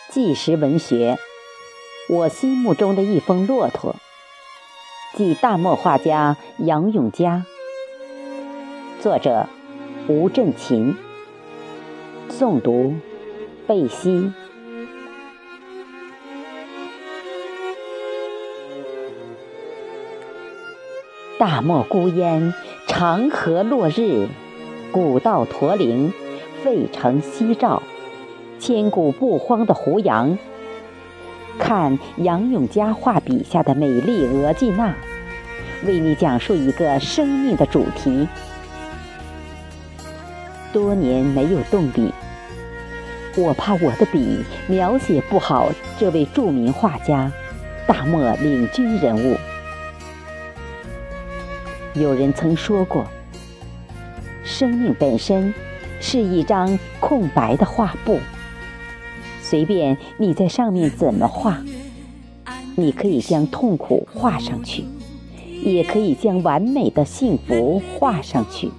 纪实文学，我心目中的一峰骆驼，即大漠画家杨永嘉。作者吴振琴，诵读贝西。大漠孤烟，长河落日，古道驼铃，费城夕照，千古不荒的胡杨。看杨永嘉画笔下的美丽额济纳，为你讲述一个生命的主题。多年没有动笔，我怕我的笔描写不好这位著名画家，大漠领军人物。有人曾说过，生命本身是一张空白的画布，随便你在上面怎么画，你可以将痛苦画上去，也可以将完美的幸福画上去。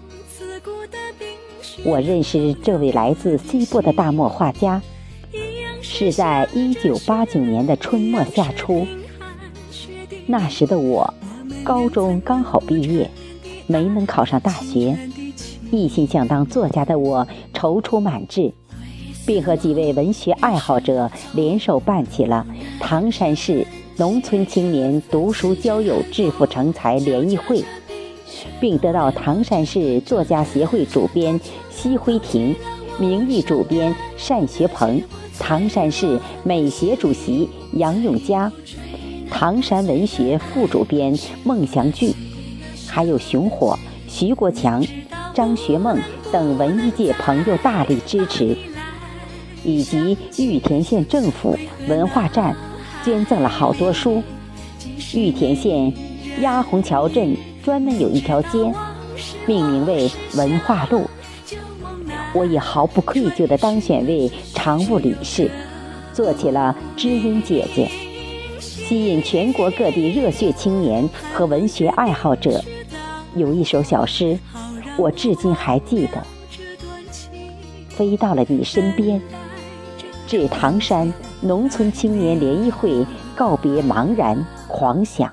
我认识这位来自西部的大漠画家，是在1989年的春末夏初。那时的我高中刚好毕业，没能考上大学，一心想当作家的我踌躇满志，并和几位文学爱好者联手办起了唐山市农村青年读书交友致富成才联谊会，并得到唐山市作家协会主编奚辉庭、名誉主编单学鹏、唐山市美协主席杨永嘉、唐山文学副主编孟祥巨，还有熊火、徐国强、张学梦等文艺界朋友大力支持，以及玉田县政府文化站捐赠了好多书。玉田县鸭红桥镇专门有一条街，命名为文化路。我也毫不愧疚地当选为常务理事，做起了知音姐姐，吸引全国各地热血青年和文学爱好者。有一首小诗，我至今还记得：飞到了你身边，致唐山农村青年联谊会告别茫然狂想。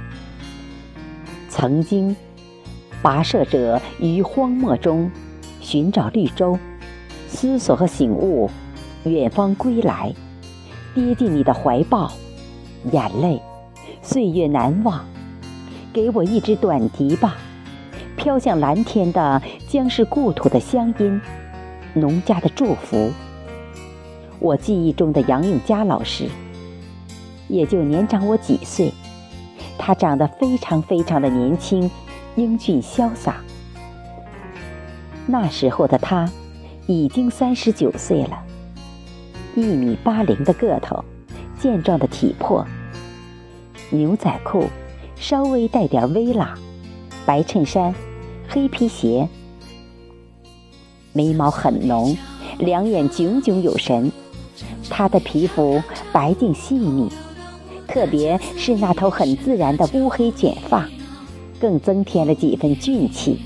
曾经，跋涉者于荒漠中寻找绿洲，思索和醒悟，远方归来，跌进你的怀抱，眼泪，岁月难忘。给我一支短笛吧，飘向蓝天的将是故土的乡音，农家的祝福。我记忆中的杨永嘉老师，也就年长我几岁，他长得非常非常的年轻，英俊潇洒。那时候的他已经39岁了，1.80米的个头，健壮的体魄，牛仔裤稍微带点微喇，白衬衫，黑皮鞋，眉毛很浓，两眼炯炯有神。他的皮肤白净细腻，特别是那头很自然的乌黑卷发，更增添了几分俊气。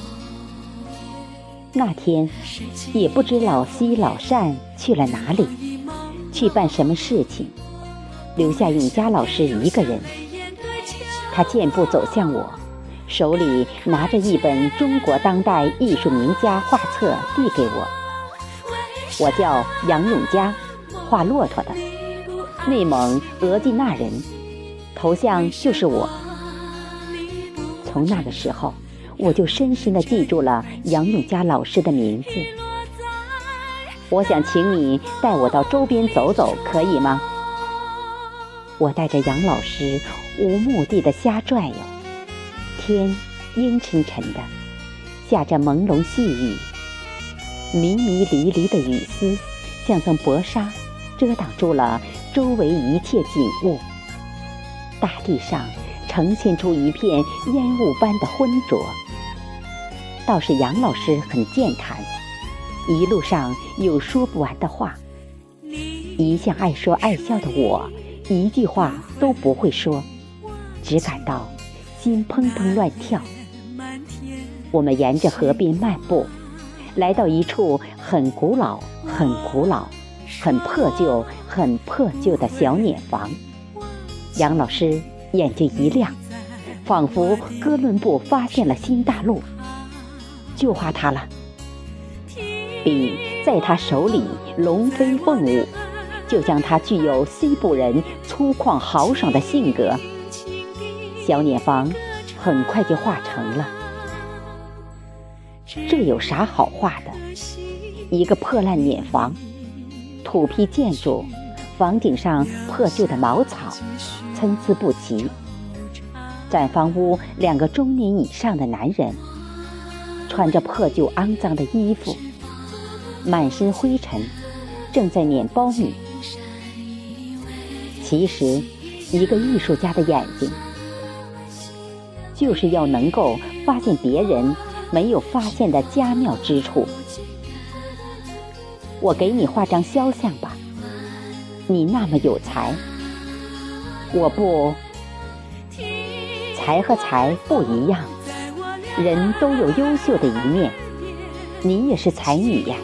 那天也不知老奚老单去了哪里，去办什么事情，留下永嘉老师一个人。他健步走向我，手里拿着一本中国当代艺术名家画册递给我。我叫杨永嘉，画骆驼的，内蒙额济纳人，头像就是我。从那个时候，我就深深地记住了杨永嘉老师的名字。我想请你带我到周边走走，可以吗？我带着杨老师无目的的瞎转悠，天阴沉沉的，下着朦胧细雨，迷迷离离的雨丝像层薄纱，遮挡住了周围一切景物。大地上呈现出一片烟雾般的浑浊。倒是杨老师很健谈，一路上有说不完的话。一向爱说爱笑的我，一句话都不会说，只感到心砰砰乱跳。我们沿着河边漫步，来到一处很古老、很古老、很破旧、 很破旧的小碾房。杨老师眼睛一亮，仿佛哥伦布发现了新大陆，就画它了。笔在他手里龙飞凤舞，就像他具有西部人粗犷豪爽的性格。小碾房很快就画成了。这有啥好画的？一个破烂碾房，土坯建筑，房顶上破旧的茅草参差不齐。展房屋2个中年以上的男人，穿着破旧肮脏的衣服，满身灰尘，正在碾苞米。其实，一个艺术家的眼睛，就是要能够发现别人没有发现的佳妙之处。我给你画张肖像吧，你那么有才。我不，才和才不一样，人都有优秀的一面，你也是才女呀。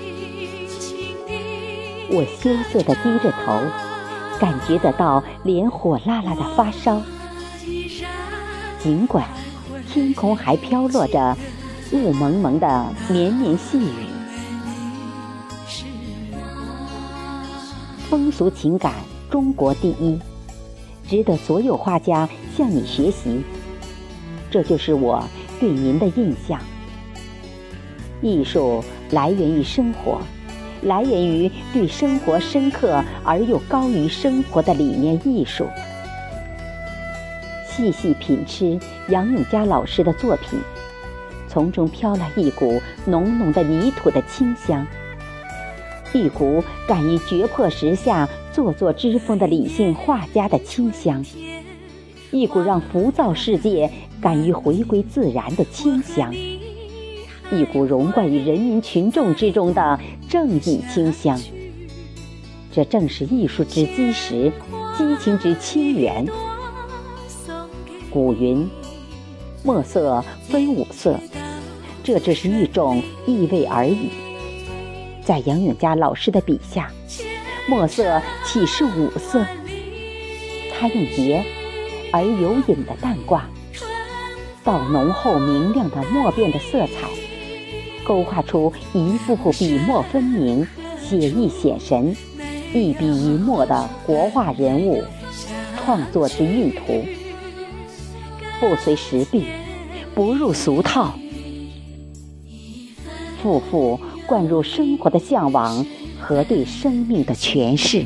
我羞涩地低着头，感觉得到脸火辣辣的发烧。尽管天空还飘落着雾蒙蒙的绵绵细雨。风俗情感中国第一，值得所有画家向你学习。这就是我对您的印象。艺术来源于生活，来源于对生活深刻而又高于生活的理念艺术。细细品吃杨永嘉老师的作品，从中飘来一股浓浓的泥土的清香，一股敢于绝迫时下做作之风的理性画家的清香，一股让浮躁世界敢于回归自然的清香，一股融贯于人民群众之中的正义清香。这正是艺术之基石，激情之清源。古云，墨色分5色，这只是一种意味而已。在杨永嘉老师的笔下，墨色岂是5色？他用洁而有隐的淡挂，到浓厚明亮的墨变的色彩，勾画出一幅幅笔墨分明、写意显神、一笔一墨的国画人物创作之韵图，不随时弊，不入俗套，复复灌入生活的向往和对生命的诠释。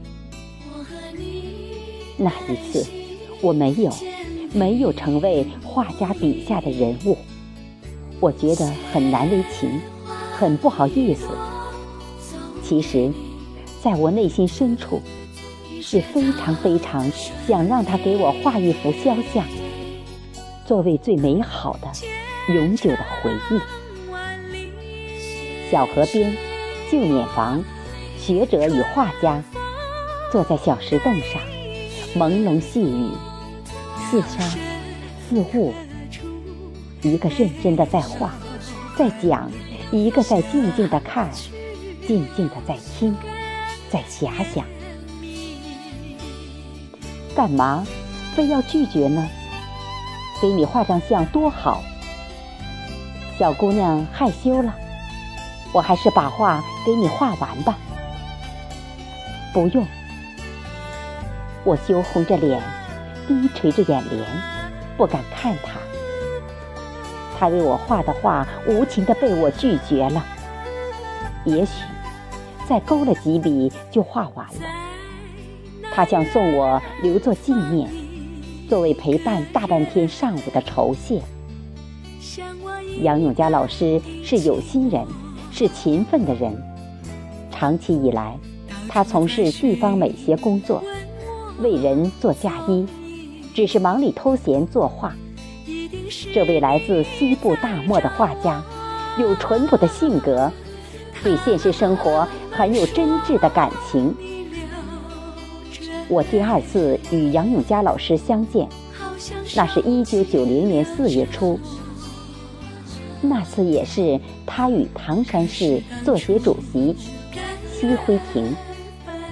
那一次，我没有成为画家笔下的人物，我觉得很难为情，很不好意思。其实，在我内心深处，是非常非常想让他给我画一幅肖像，作为最美好的、永久的回忆。小河边，旧碾房，学者与画家坐在小石凳上，朦胧细雨，似沙似雾，一个认真的在画，在讲，一个在静静地看，静静地在听，在遐想。干嘛非要拒绝呢？给你画张像多好。小姑娘害羞了，我还是把画给你画完吧。不用。我羞红着脸，低垂着眼帘，不敢看他。他为我画的画无情地被我拒绝了。也许再勾了几笔就画完了。他想送我留作纪念，作为陪伴大半天上午的酬谢。杨永嘉老师是有心人，是勤奋的人。长期以来，他从事地方美协工作，为人做嫁衣，只是忙里偷闲作画。这位来自西部大漠的画家，有淳朴的性格，对现实生活很有真挚的感情。我第2次与杨永嘉老师相见，那是1990年4月初。那次也是他与唐山市作协主席奚辉亭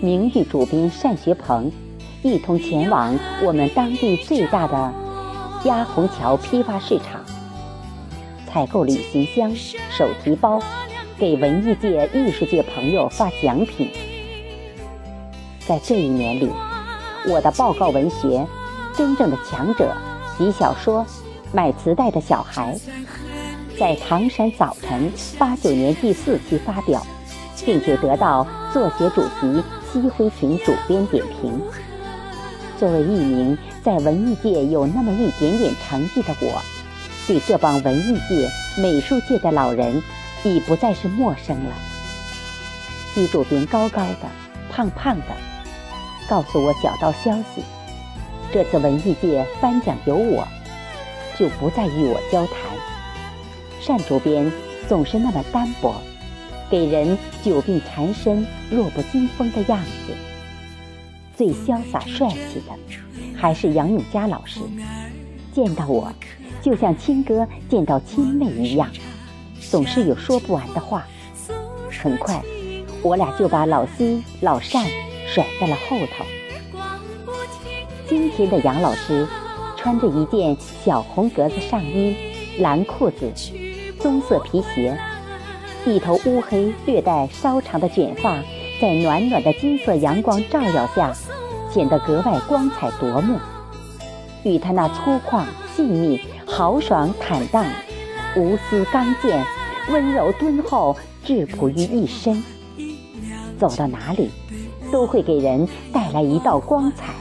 名誉主编单学鹏一同前往我们当地最大的鸭红桥批发市场，采购旅行箱、手提包，给文艺界、艺术界朋友发奖品。在这一年里，我的报告文学《真正的强者》集小说《买磁带的小孩》在唐山早晨89年第4期发表，并且得到作协主席奚辉廷主编点评。作为一名在文艺界有那么一点点成绩的我，对这帮文艺界、美术界的老人已不再是陌生了。奚主编高高的、胖胖的，告诉我小道消息，这次文艺界颁奖有我，就不再与我交谈。单主编总是那么单薄，给人久病缠身、弱不禁风的样子。最潇洒帅气的还是杨永佳老师，见到我就像亲哥见到亲妹一样，总是有说不完的话。很快我俩就把老奚、老单甩在了后头。今天的杨老师穿着一件小红格子上衣、蓝裤子、棕色皮鞋，一头乌黑略带稍长的卷发在暖暖的金色阳光照耀下显得格外光彩夺目，与他那粗犷细腻、豪爽坦荡、无私刚健、温柔敦厚、质朴于一身，走到哪里都会给人带来一道光彩。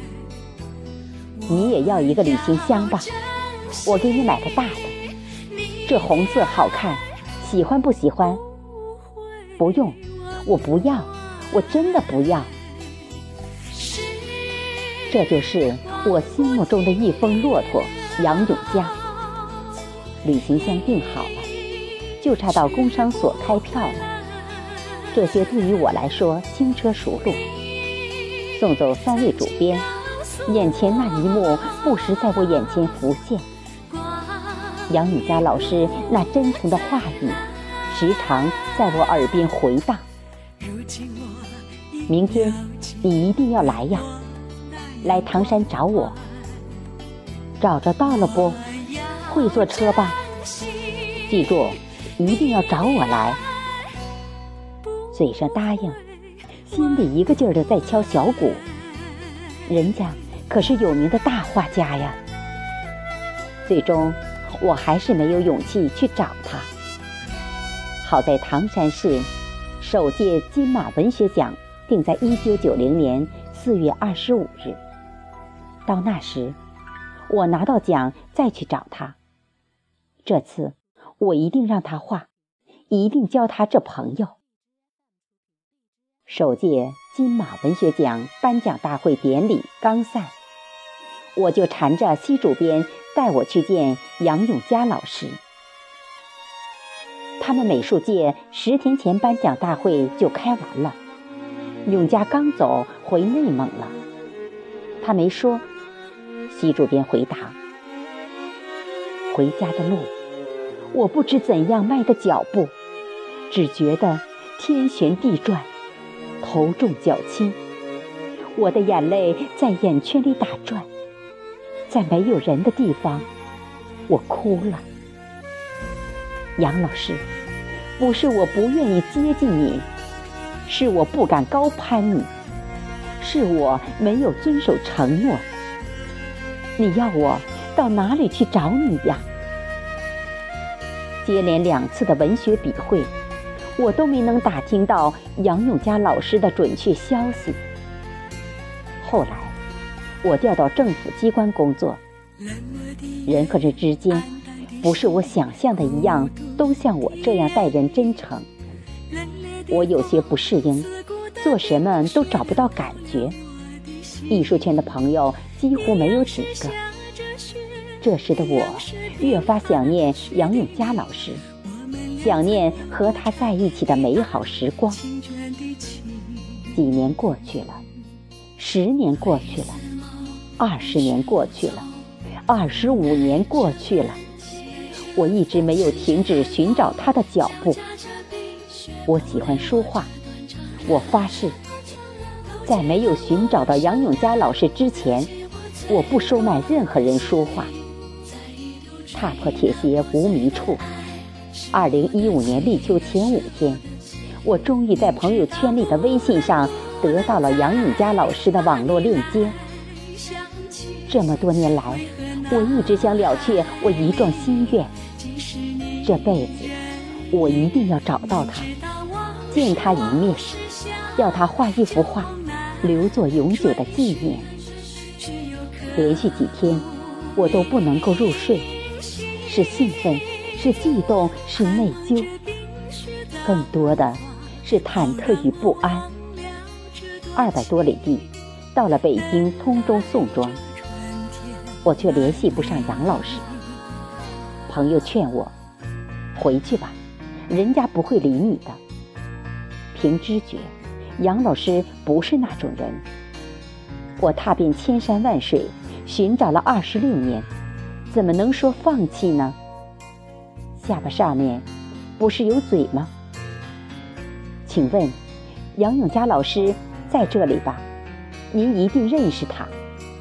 你也要一个旅行箱吧，我给你买个大的，这红色好看，喜欢不喜欢？不用，我不要，我真的不要。这就是我心目中的一峰骆驼杨永佳。旅行箱订好了，就差到工商所开票了。这些对于我来说轻车熟路。送走3位主编，眼前那一幕不时在我眼前浮现。杨永佳老师那真诚的话语时常在我耳边回荡。明天你一定要来呀，来唐山找我。找着到了不？会坐车吧？记住，一定要找我来。嘴上答应，心里一个劲儿的在敲小鼓。人家可是有名的大画家呀。最终我还是没有勇气去找他。好在唐山市首届金马文学奖定在1990年4月25日，到那时我拿到奖再去找他。这次我一定让他画，一定教他这朋友。首届金马文学奖颁奖大会典礼刚散，我就缠着奚主编带我去见杨永佳老师。他们美术界10天前颁奖大会就开完了，永佳刚走回内蒙了。他没说，奚主编回答：回家的路，我不知怎样迈的脚步，只觉得天旋地转，头重脚轻，我的眼泪在眼圈里打转，在没有人的地方，我哭了。杨老师，不是我不愿意接近你，是我不敢高攀你，是我没有遵守承诺。你要我到哪里去找你呀？接连2次的文学笔会，我都没能打听到杨永佳老师的准确消息。后来我调到政府机关工作，人和人之间不是我想象的一样都像我这样待人真诚。我有些不适应，做什么都找不到感觉。艺术圈的朋友几乎没有几个。这时的我越发想念杨永佳老师，想念和他在一起的美好时光。几年过去了，10年过去了，20年过去了，25年过去了，我一直没有停止寻找他的脚步。我喜欢书画，我发誓在没有寻找到杨永佳老师之前，我不收买任何人书画。踏破铁鞋无觅处。2015年立秋前5天，我终于在朋友圈里的微信上得到了杨永佳老师的网络链接。这么多年来，我一直想了却我一桩心愿，这辈子我一定要找到他，见他一面，要他画一幅画，留作永久的纪念。连续几天我都不能够入睡，是兴奋，是悸动，是内疚，更多的是忐忑与不安。200多里地，到了北京通州宋庄，我却联系不上杨老师。朋友劝我回去吧，人家不会理你的。凭知觉，杨老师不是那种人。我踏遍千山万水，寻找了26年，怎么能说放弃呢？下巴上面不是有嘴吗？请问杨永佳老师在这里吧？您一定认识他。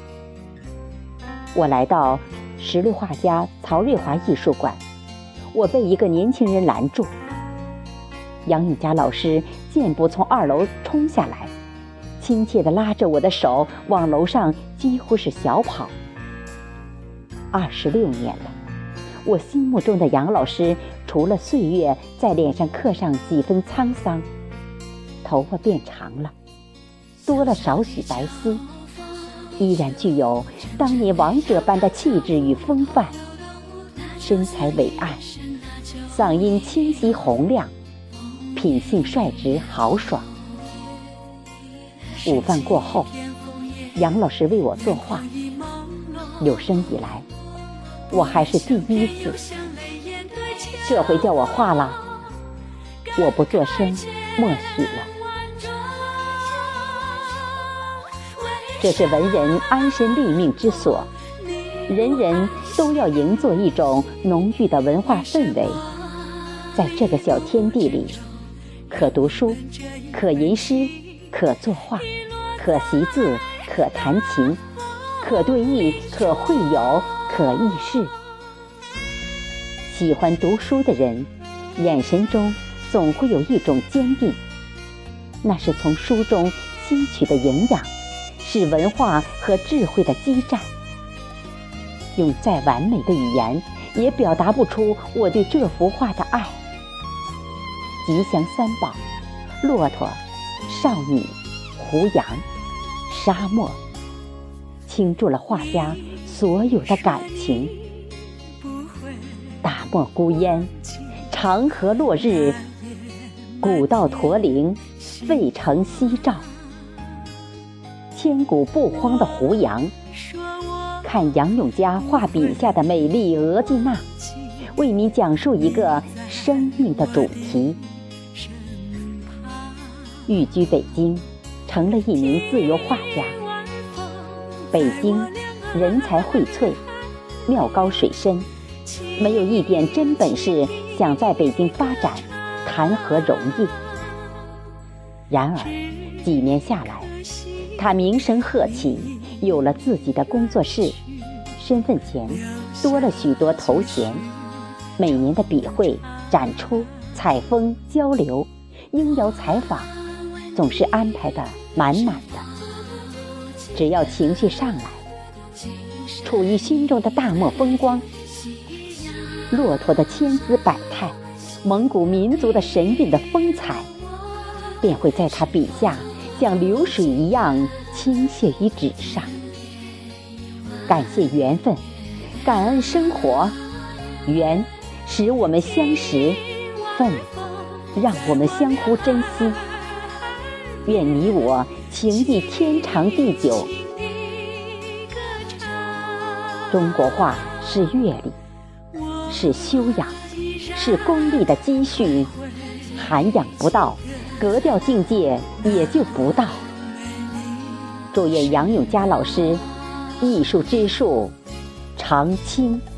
我来到石绿画家曹瑞华艺术馆，我被一个年轻人拦住。杨永佳老师健步从2楼冲下来，亲切地拉着我的手往楼上几乎是小跑。26年了，我心目中的杨老师，除了岁月在脸上刻上几分沧桑，头发变长了，多了少许白丝，依然具有当年王者般的气质与风范，身材伟岸，嗓音清晰洪亮，品性率直豪爽。午饭过后，杨老师为我作画，有生以来我还是第一次。这回叫我画了，我不作声，默许了。这是文人安身立命之所，人人都要营造一种浓郁的文化氛围。在这个小天地里，可读书，可吟诗，可作画，可习字，可弹琴，可对弈，可会友，可议事。喜欢读书的人，眼神中总会有一种坚定，那是从书中吸取的营养，是文化和智慧的激战。用再完美的语言，也表达不出我对这幅画的爱。吉祥三宝：骆驼、少女、胡杨、沙漠，倾注了画家所有的感情。大漠孤烟，长河落日，古道驼铃，渭城夕照。千古不荒的胡杨，看杨永佳画笔下的美丽额济娜，为你讲述一个生命的主题。寓居北京，成了一名自由画家。北京人才荟萃，庙高水深，没有一点真本事，想在北京发展，谈何容易？然而几年下来，他名声鹤起，有了自己的工作室，身份前多了许多头衔。每年的笔会、展出、采风、交流、应邀采访，总是安排得满满的。只要情绪上来，处于心中的大漠风光，骆驼的千姿百态，蒙古民族的神韵的风采，便会在他笔下像流水一样倾泻于纸上。感谢缘分，感恩生活，缘使我们相识，份让我们相互珍惜。愿你我情谊天长地久。中国画是阅历，是修养，是功力的积蓄，涵养不到，格调境界也就不到。祝愿杨永佳老师艺术之树常青。